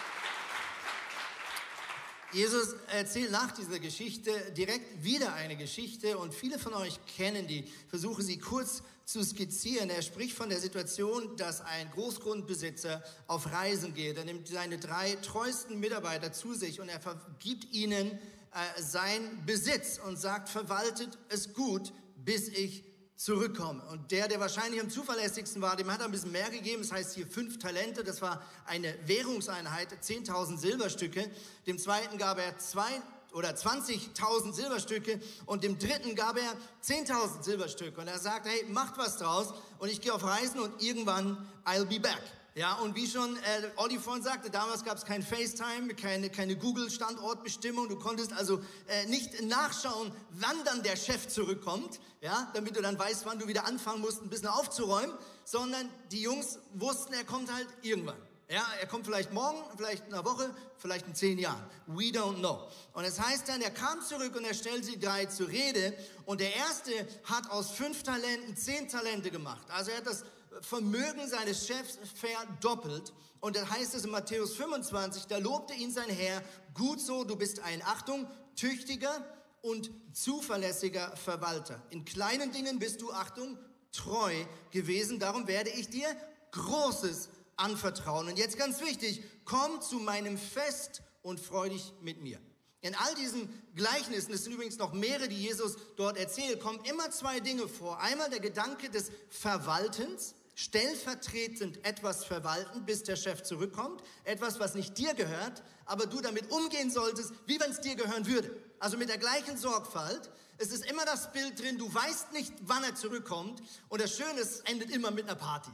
S2: Jesus erzählt nach dieser Geschichte direkt wieder eine Geschichte und viele von euch kennen die. Ich versuche sie kurz zu skizzieren. Er spricht von der Situation, dass ein Großgrundbesitzer auf Reisen geht. Er nimmt seine drei treuesten Mitarbeiter zu sich und er vergibt ihnen äh, seinen Besitz und sagt, verwaltet es gut, bis ich zurückkomme. Und der, der wahrscheinlich am zuverlässigsten war, dem hat er ein bisschen mehr gegeben. Das heißt hier fünf Talente. Das war eine Währungseinheit, zehntausend Silberstücke. Dem zweiten gab er zwei oder zwanzigtausend Silberstücke und dem dritten gab er zehntausend Silberstücke. Und er sagt, hey, macht was draus und ich gehe auf Reisen und irgendwann I'll be back. Ja, und wie schon äh, Olli vorhin sagte, damals gab es kein FaceTime, keine, keine Google-Standortbestimmung. Du konntest also äh, nicht nachschauen, wann dann der Chef zurückkommt, ja, damit du dann weißt, wann du wieder anfangen musst, ein bisschen aufzuräumen, sondern die Jungs wussten, er kommt halt irgendwann. Ja, er kommt vielleicht morgen, vielleicht in einer Woche, vielleicht in zehn Jahren. We don't know. Und es heißt dann, er kam zurück und er stellte die drei zur Rede. Und der erste hat aus fünf Talenten zehn Talente gemacht. Also er hat das Vermögen seines Chefs verdoppelt. Und da heißt es in Matthäus fünfundzwanzig, da lobte ihn sein Herr, gut so, du bist ein, Achtung, tüchtiger und zuverlässiger Verwalter. In kleinen Dingen bist du, Achtung, treu gewesen, darum werde ich dir Großes anvertrauen. Und jetzt ganz wichtig, komm zu meinem Fest und freu dich mit mir. In all diesen Gleichnissen, es sind übrigens noch mehrere, die Jesus dort erzählt, kommen immer zwei Dinge vor. Einmal der Gedanke des Verwaltens, stellvertretend etwas verwalten, bis der Chef zurückkommt. Etwas, was nicht dir gehört, aber du damit umgehen solltest, wie wenn es dir gehören würde. Also mit der gleichen Sorgfalt. Es ist immer das Bild drin, du weißt nicht, wann er zurückkommt. Und das Schöne ist, es endet immer mit einer Party.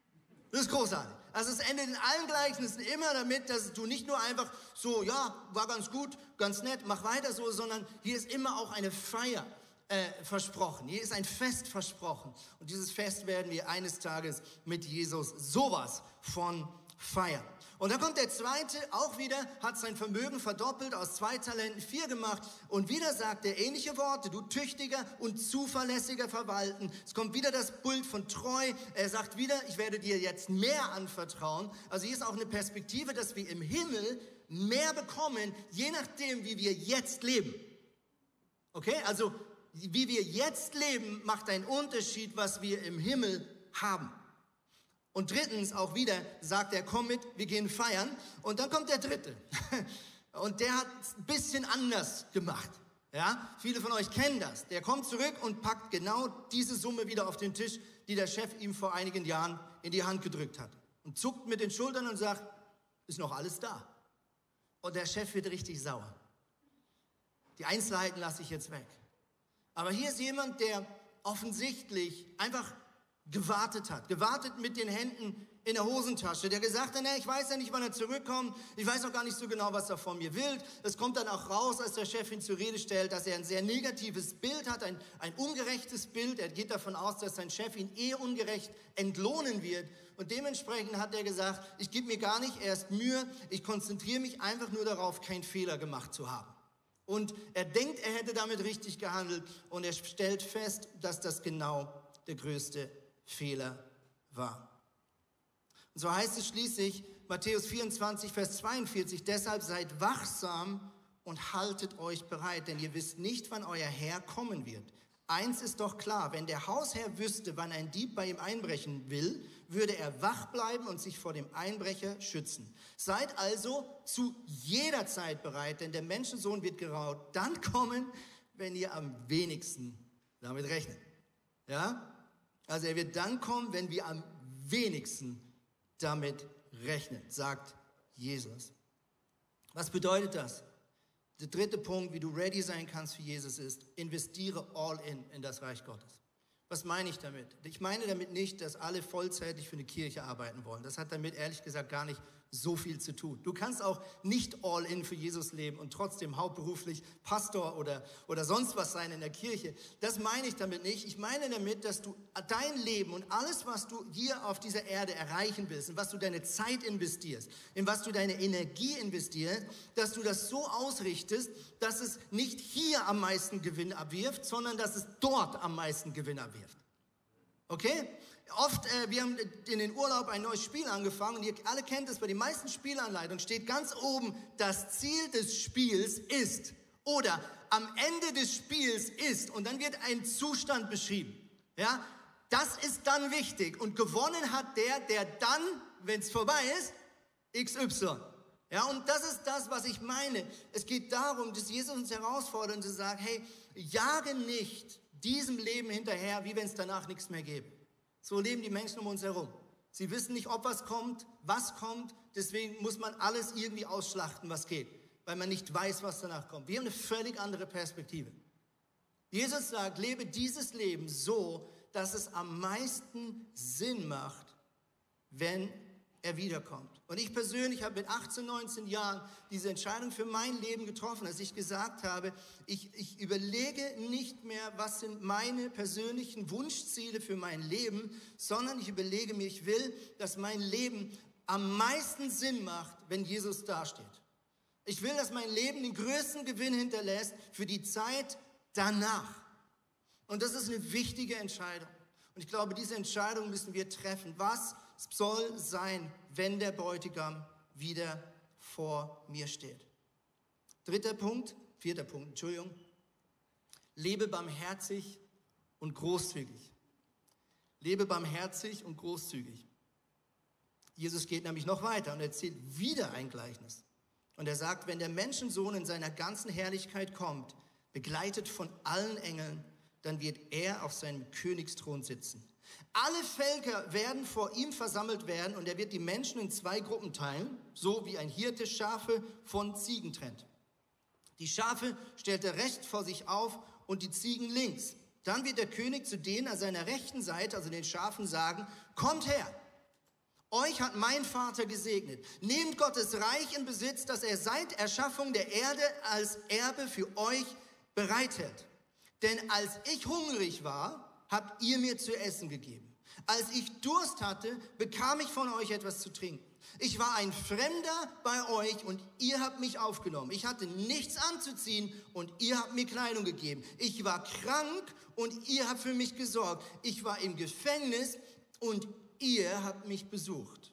S2: Das ist großartig. Also es endet in allen Gleichnissen immer damit, dass du nicht nur einfach so, ja, war ganz gut, ganz nett, mach weiter so, sondern hier ist immer auch eine Feier äh, versprochen. Hier ist ein Fest versprochen. Und dieses Fest werden wir eines Tages mit Jesus sowas von feiern. Und dann kommt der zweite, auch wieder, hat sein Vermögen verdoppelt, aus zwei Talenten vier gemacht. Und wieder sagt er ähnliche Worte, du tüchtiger und zuverlässiger verwalten. Es kommt wieder das Bild von treu. Er sagt wieder, ich werde dir jetzt mehr anvertrauen. Also hier ist auch eine Perspektive, dass wir im Himmel mehr bekommen, je nachdem, wie wir jetzt leben. Okay, also wie wir jetzt leben, macht einen Unterschied, was wir im Himmel haben. Und drittens auch wieder sagt er, komm mit, wir gehen feiern. Und dann kommt der dritte. Und der hat es ein bisschen anders gemacht. Ja, viele von euch kennen das. Der kommt zurück und packt genau diese Summe wieder auf den Tisch, die der Chef ihm vor einigen Jahren in die Hand gedrückt hat. Und zuckt mit den Schultern und sagt, ist noch alles da. Und der Chef wird richtig sauer. Die Einzelheiten lasse ich jetzt weg. Aber hier ist jemand, der offensichtlich einfach gewartet hat, gewartet mit den Händen in der Hosentasche, der gesagt hat, nee, ich weiß ja nicht, wann er zurückkommt, ich weiß auch gar nicht so genau, was er von mir will. Es kommt dann auch raus, als der Chef ihn zur Rede stellt, dass er ein sehr negatives Bild hat, ein, ein ungerechtes Bild. Er geht davon aus, dass sein Chef ihn eh ungerecht entlohnen wird. Und dementsprechend hat er gesagt, ich gebe mir gar nicht erst Mühe, ich konzentriere mich einfach nur darauf, keinen Fehler gemacht zu haben. Und er denkt, er hätte damit richtig gehandelt und er stellt fest, dass das genau der größte Fehler war. Und so heißt es schließlich, Matthäus vierundzwanzig, Vers zweiundvierzig, deshalb seid wachsam und haltet euch bereit, denn ihr wisst nicht, wann euer Herr kommen wird. Eins ist doch klar, wenn der Hausherr wüsste, wann ein Dieb bei ihm einbrechen will, würde er wach bleiben und sich vor dem Einbrecher schützen. Seid also zu jeder Zeit bereit, denn der Menschensohn wird genau dann kommen, wenn ihr am wenigsten damit rechnet. Ja? Also er wird dann kommen, wenn wir am wenigsten damit rechnen, sagt Jesus. Was bedeutet das? Der dritte Punkt, wie du ready sein kannst für Jesus, ist, investiere all in in das Reich Gottes. Was meine ich damit? Ich meine damit nicht, dass alle vollzeitig für eine Kirche arbeiten wollen. Das hat damit ehrlich gesagt gar nicht so viel zu tun. Du kannst auch nicht all in für Jesus leben und trotzdem hauptberuflich Pastor oder, oder sonst was sein in der Kirche. Das meine ich damit nicht. Ich meine damit, dass du dein Leben und alles, was du hier auf dieser Erde erreichen willst, in was du deine Zeit investierst, in was du deine Energie investierst, dass du das so ausrichtest, dass es nicht hier am meisten Gewinn abwirft, sondern dass es dort am meisten Gewinn abwirft. Okay? Oft, äh, wir haben in den Urlaub ein neues Spiel angefangen und ihr alle kennt es, bei den meisten Spielanleitungen steht ganz oben, das Ziel des Spiels ist oder am Ende des Spiels ist und dann wird ein Zustand beschrieben. Ja? Das ist dann wichtig und gewonnen hat der, der dann, wenn es vorbei ist, X Y. Ja, und das ist das, was ich meine. Es geht darum, dass Jesus uns herausfordert und zu sagen, hey, jage nicht diesem Leben hinterher, wie wenn es danach nichts mehr gäbe. So leben die Menschen um uns herum. Sie wissen nicht, ob was kommt, was kommt. Deswegen muss man alles irgendwie ausschlachten, was geht, weil man nicht weiß, was danach kommt. Wir haben eine völlig andere Perspektive. Jesus sagt, lebe dieses Leben so, dass es am meisten Sinn macht, wenn er wiederkommt. Und ich persönlich habe mit achtzehn, neunzehn Jahren diese Entscheidung für mein Leben getroffen, als ich gesagt habe, ich, ich überlege nicht mehr, was sind meine persönlichen Wunschziele für mein Leben, sondern ich überlege mir, ich will, dass mein Leben am meisten Sinn macht, wenn Jesus dasteht. Ich will, dass mein Leben den größten Gewinn hinterlässt für die Zeit danach. Und das ist eine wichtige Entscheidung. Und ich glaube, diese Entscheidung müssen wir treffen. Was soll sein, wenn der Bräutigam wieder vor mir steht? Dritter Punkt, vierter Punkt, Entschuldigung. Lebe barmherzig und großzügig. Lebe barmherzig und großzügig. Jesus geht nämlich noch weiter und erzählt wieder ein Gleichnis. Und er sagt, wenn der Menschensohn in seiner ganzen Herrlichkeit kommt, begleitet von allen Engeln, dann wird er auf seinem Königsthron sitzen. Alle Völker werden vor ihm versammelt werden und er wird die Menschen in zwei Gruppen teilen, so wie ein Hirte Schafe von Ziegen trennt. Die Schafe stellt er rechts vor sich auf und die Ziegen links. Dann wird der König zu denen an seiner rechten Seite, also den Schafen, sagen, kommt her, euch hat mein Vater gesegnet. Nehmt Gottes Reich in Besitz, das er seit Erschaffung der Erde als Erbe für euch bereithält. Denn als ich hungrig war, habt ihr mir zu essen gegeben. Als ich Durst hatte, bekam ich von euch etwas zu trinken. Ich war ein Fremder bei euch und ihr habt mich aufgenommen. Ich hatte nichts anzuziehen und ihr habt mir Kleidung gegeben. Ich war krank und ihr habt für mich gesorgt. Ich war im Gefängnis und ihr habt mich besucht.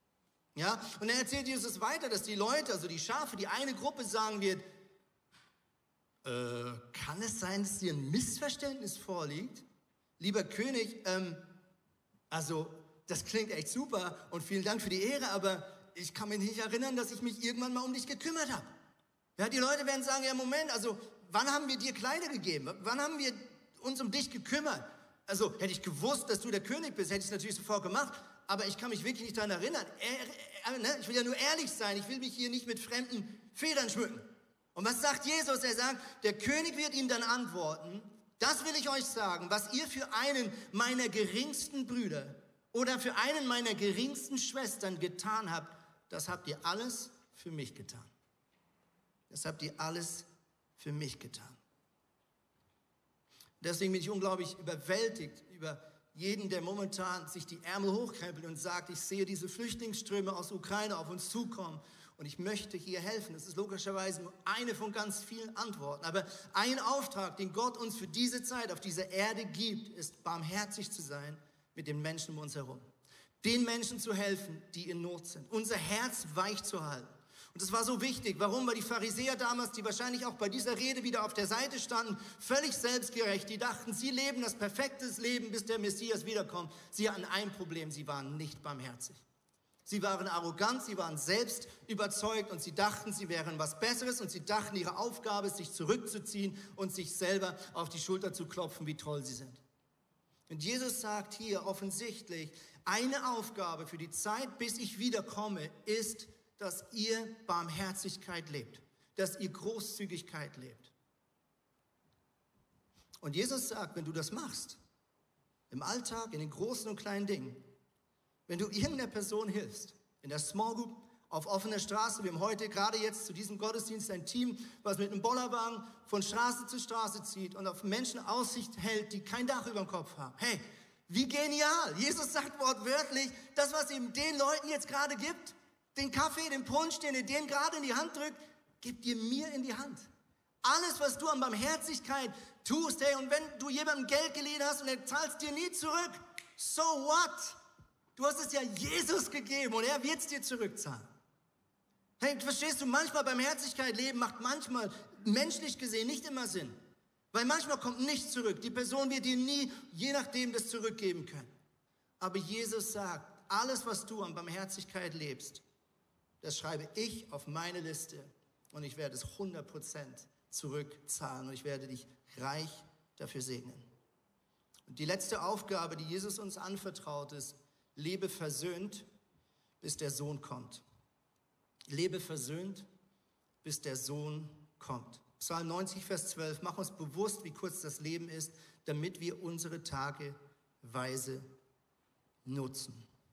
S2: Ja, und dann erzählt Jesus weiter, dass die Leute, also die Schafe, die eine Gruppe sagen wird, äh, kann es sein, dass dir ein Missverständnis vorliegt? Lieber König, ähm, also das klingt echt super und vielen Dank für die Ehre, aber ich kann mich nicht erinnern, dass ich mich irgendwann mal um dich gekümmert habe. Ja, die Leute werden sagen, ja Moment, also wann haben wir dir Kleider gegeben? Wann haben wir uns um dich gekümmert? Also hätte ich gewusst, dass du der König bist, hätte ich es natürlich sofort gemacht, aber ich kann mich wirklich nicht daran erinnern. Er, er, ne? Ich will ja nur ehrlich sein, ich will mich hier nicht mit fremden Federn schmücken. Und was sagt Jesus? Er sagt, der König wird ihm dann antworten, das will ich euch sagen, was ihr für einen meiner geringsten Brüder oder für einen meiner geringsten Schwestern getan habt, das habt ihr alles für mich getan. Das habt ihr alles für mich getan. Deswegen bin ich unglaublich überwältigt über jeden, der momentan sich die Ärmel hochkrempelt und sagt, ich sehe diese Flüchtlingsströme aus Ukraine auf uns zukommen. Und ich möchte hier helfen. Das ist logischerweise nur eine von ganz vielen Antworten. Aber ein Auftrag, den Gott uns für diese Zeit auf dieser Erde gibt, ist, barmherzig zu sein mit den Menschen um uns herum. Den Menschen zu helfen, die in Not sind. Unser Herz weich zu halten. Und das war so wichtig. Warum? Weil die Pharisäer damals, die wahrscheinlich auch bei dieser Rede wieder auf der Seite standen, völlig selbstgerecht. Die dachten, sie leben das perfekte Leben, bis der Messias wiederkommt. Sie hatten ein Problem, sie waren nicht barmherzig. Sie waren arrogant, sie waren selbst überzeugt und sie dachten, sie wären was Besseres und sie dachten, ihre Aufgabe ist, sich zurückzuziehen und sich selber auf die Schulter zu klopfen, wie toll sie sind. Und Jesus sagt hier offensichtlich, eine Aufgabe für die Zeit, bis ich wiederkomme, ist, dass ihr Barmherzigkeit lebt, dass ihr Großzügigkeit lebt. Und Jesus sagt, wenn du das machst, Im Alltag, in den großen und kleinen Dingen. Wenn du irgendeiner Person hilfst, in der Small Group, auf offener Straße, wir haben heute gerade jetzt zu diesem Gottesdienst ein Team, was mit einem Bollerwagen von Straße zu Straße zieht und auf Menschen Aussicht hält, die kein Dach über dem Kopf haben. Hey, wie genial! Jesus sagt wortwörtlich, das, was ihm den Leuten jetzt gerade gibt, den Kaffee, den Punsch, den er denen gerade in die Hand drückt, gibt dir mir in die Hand. Alles, was du an Barmherzigkeit tust, hey, und wenn du jemandem Geld geliehen hast und er zahlt es dir nie zurück, so what? Du hast es ja Jesus gegeben und er wird es dir zurückzahlen. Hey, verstehst du, manchmal Barmherzigkeit leben macht manchmal, menschlich gesehen, nicht immer Sinn. Weil manchmal kommt nichts zurück. Die Person wird dir nie, je nachdem, das zurückgeben können. Aber Jesus sagt, alles, was du an Barmherzigkeit lebst, das schreibe ich auf meine Liste und ich werde es hundert Prozent zurückzahlen und ich werde dich reich dafür segnen. Und die letzte Aufgabe, die Jesus uns anvertraut, ist, lebe versöhnt, bis der Sohn kommt. Lebe versöhnt, bis der Sohn kommt. Psalm neunzig, Vers zwölf, mach uns bewusst, wie kurz das Leben ist, damit wir unsere Tage weise nutzen.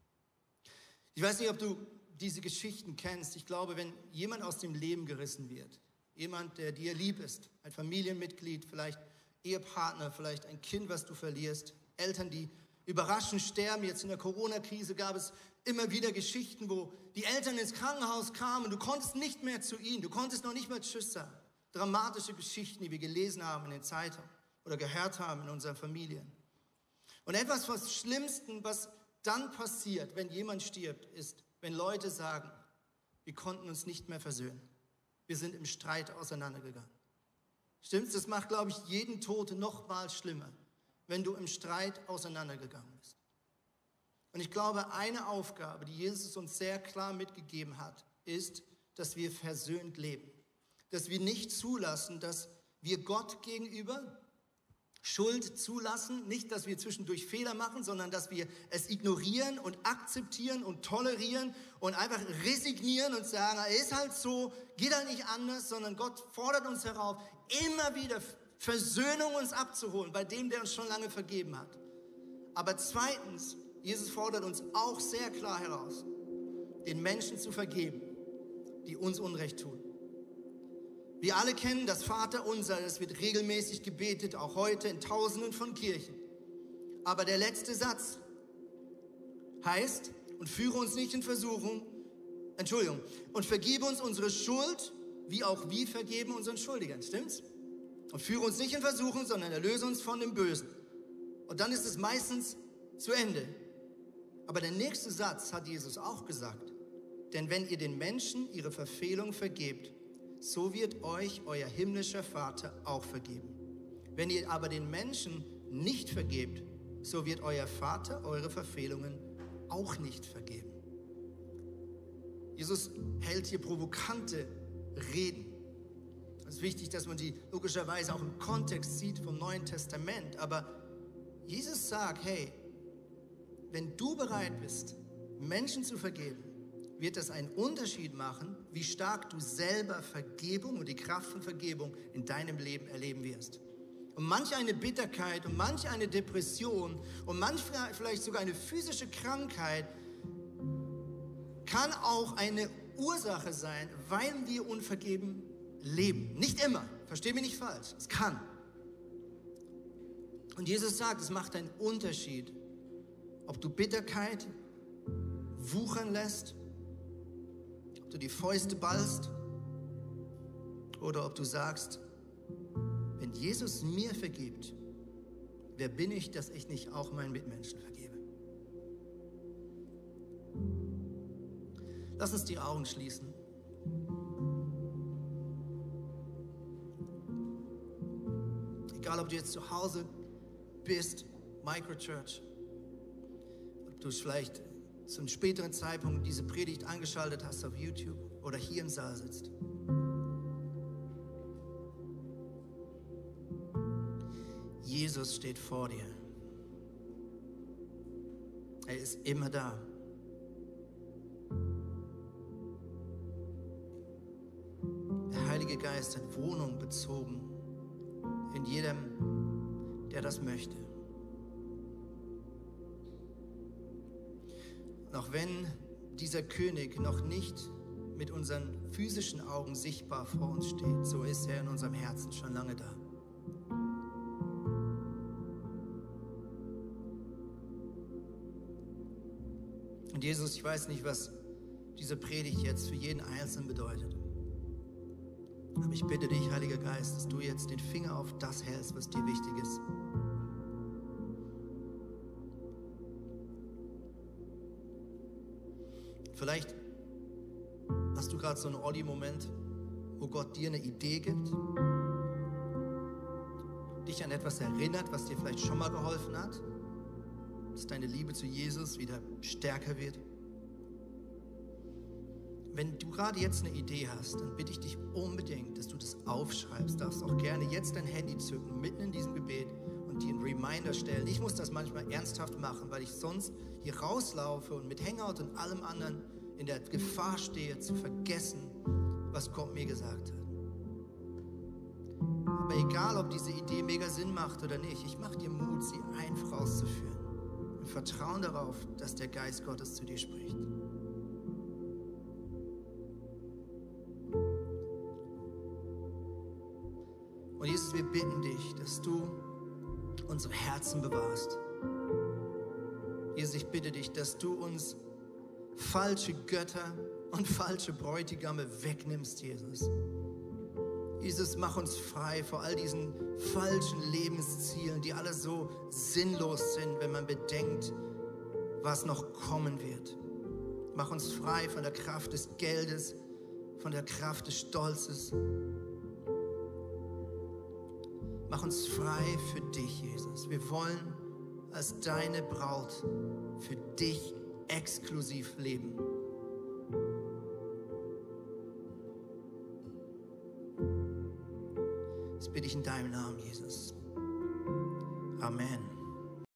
S2: Ich weiß nicht, ob du diese Geschichten kennst. Ich glaube, wenn jemand aus dem Leben gerissen wird, jemand, der dir lieb ist, ein Familienmitglied, vielleicht Ehepartner, vielleicht ein Kind, was du verlierst, Eltern, die überraschend sterben. Jetzt in der Corona-Krise gab es immer wieder Geschichten, wo die Eltern ins Krankenhaus kamen und du konntest nicht mehr zu ihnen, du konntest noch nicht mehr Tschüss sagen. Dramatische Geschichten, die wir gelesen haben in den Zeitungen oder gehört haben in unseren Familien. Und etwas, was Schlimmsten, was dann passiert, wenn jemand stirbt, ist, wenn Leute sagen, wir konnten uns nicht mehr versöhnen. Wir sind im Streit auseinandergegangen. Stimmt's? Das macht, glaube ich, jeden Toten noch mal schlimmer, wenn du im Streit auseinandergegangen bist. Und ich glaube, eine Aufgabe, die Jesus uns sehr klar mitgegeben hat, ist, dass wir versöhnt leben. Dass wir nicht zulassen, dass wir Gott gegenüber Schuld zulassen. Nicht, dass wir zwischendurch Fehler machen, sondern dass wir es ignorieren und akzeptieren und tolerieren und einfach resignieren und sagen, er ist halt so, geht halt nicht anders, sondern Gott fordert uns herauf, immer wieder Versöhnung uns abzuholen, bei dem, der uns schon lange vergeben hat. Aber zweitens, Jesus fordert uns auch sehr klar heraus, den Menschen zu vergeben, die uns Unrecht tun. Wir alle kennen das Vaterunser, das wird regelmäßig gebetet, auch heute in Tausenden von Kirchen. Aber der letzte Satz heißt, und führe uns nicht in Versuchung, Entschuldigung, und vergebe uns unsere Schuld, wie auch wir vergeben unseren Schuldigern, stimmt's? Und führe uns nicht in Versuchung, sondern erlöse uns von dem Bösen. Und dann ist es meistens zu Ende. Aber der nächste Satz hat Jesus auch gesagt. Denn wenn ihr den Menschen ihre Verfehlung vergebt, so wird euch euer himmlischer Vater auch vergeben. Wenn ihr aber den Menschen nicht vergebt, so wird euer Vater eure Verfehlungen auch nicht vergeben. Jesus hält hier provokante Reden. Es ist wichtig, dass man sie logischerweise auch im Kontext sieht vom Neuen Testament. Aber Jesus sagt, hey, wenn du bereit bist, Menschen zu vergeben, wird das einen Unterschied machen, wie stark du selber Vergebung und die Kraft von Vergebung in deinem Leben erleben wirst. Und manch eine Bitterkeit und manch eine Depression und manch vielleicht sogar eine physische Krankheit kann auch eine Ursache sein, weil wir unvergeben leben. Nicht immer, versteh mich nicht falsch, es kann. Und Jesus sagt, es macht einen Unterschied, ob du Bitterkeit wuchern lässt, ob du die Fäuste ballst oder ob du sagst, wenn Jesus mir vergibt, wer bin ich, dass ich nicht auch meinen Mitmenschen vergebe? Lass uns die Augen schließen. Egal, ob du jetzt zu Hause bist, Microchurch, ob du vielleicht zu einem späteren Zeitpunkt diese Predigt angeschaltet hast auf YouTube oder hier im Saal sitzt. Jesus steht vor dir. Er ist immer da. Der Heilige Geist hat Wohnung bezogen in jedem, der das möchte. noch wenn dieser König noch nicht mit unseren physischen Augen sichtbar vor uns steht, so ist er in unserem Herzen schon lange da. Und Jesus, ich weiß nicht, was diese Predigt jetzt für jeden Einzelnen bedeutet. Aber ich bitte dich, Heiliger Geist, dass du jetzt den Finger auf das hältst, was dir wichtig ist. Vielleicht hast du gerade so einen Olli-Moment, wo Gott dir eine Idee gibt, dich an etwas erinnert, was dir vielleicht schon mal geholfen hat, dass deine Liebe zu Jesus wieder stärker wird. Wenn du gerade jetzt eine Idee hast, dann bitte ich dich unbedingt, dass du das aufschreibst. Du darfst auch gerne jetzt dein Handy zücken, mitten in diesem Gebet und dir einen Reminder stellen. Ich muss das manchmal ernsthaft machen, weil ich sonst hier rauslaufe und mit Hangout und allem anderen in der Gefahr stehe, zu vergessen, was Gott mir gesagt hat. Aber egal, ob diese Idee mega Sinn macht oder nicht, ich mache dir Mut, sie einfach auszuführen. Im Vertrauen darauf, dass der Geist Gottes zu dir spricht. Und Jesus, wir bitten dich, dass du unsere Herzen bewahrst. Jesus, ich bitte dich, dass du uns falsche Götter und falsche Bräutigame wegnimmst, Jesus. Jesus, mach uns frei vor all diesen falschen Lebenszielen, die alle so sinnlos sind, wenn man bedenkt, was noch kommen wird. Mach uns frei von der Kraft des Geldes, von der Kraft des Stolzes. Mach uns frei für dich, Jesus. Wir wollen als deine Braut für dich exklusiv leben.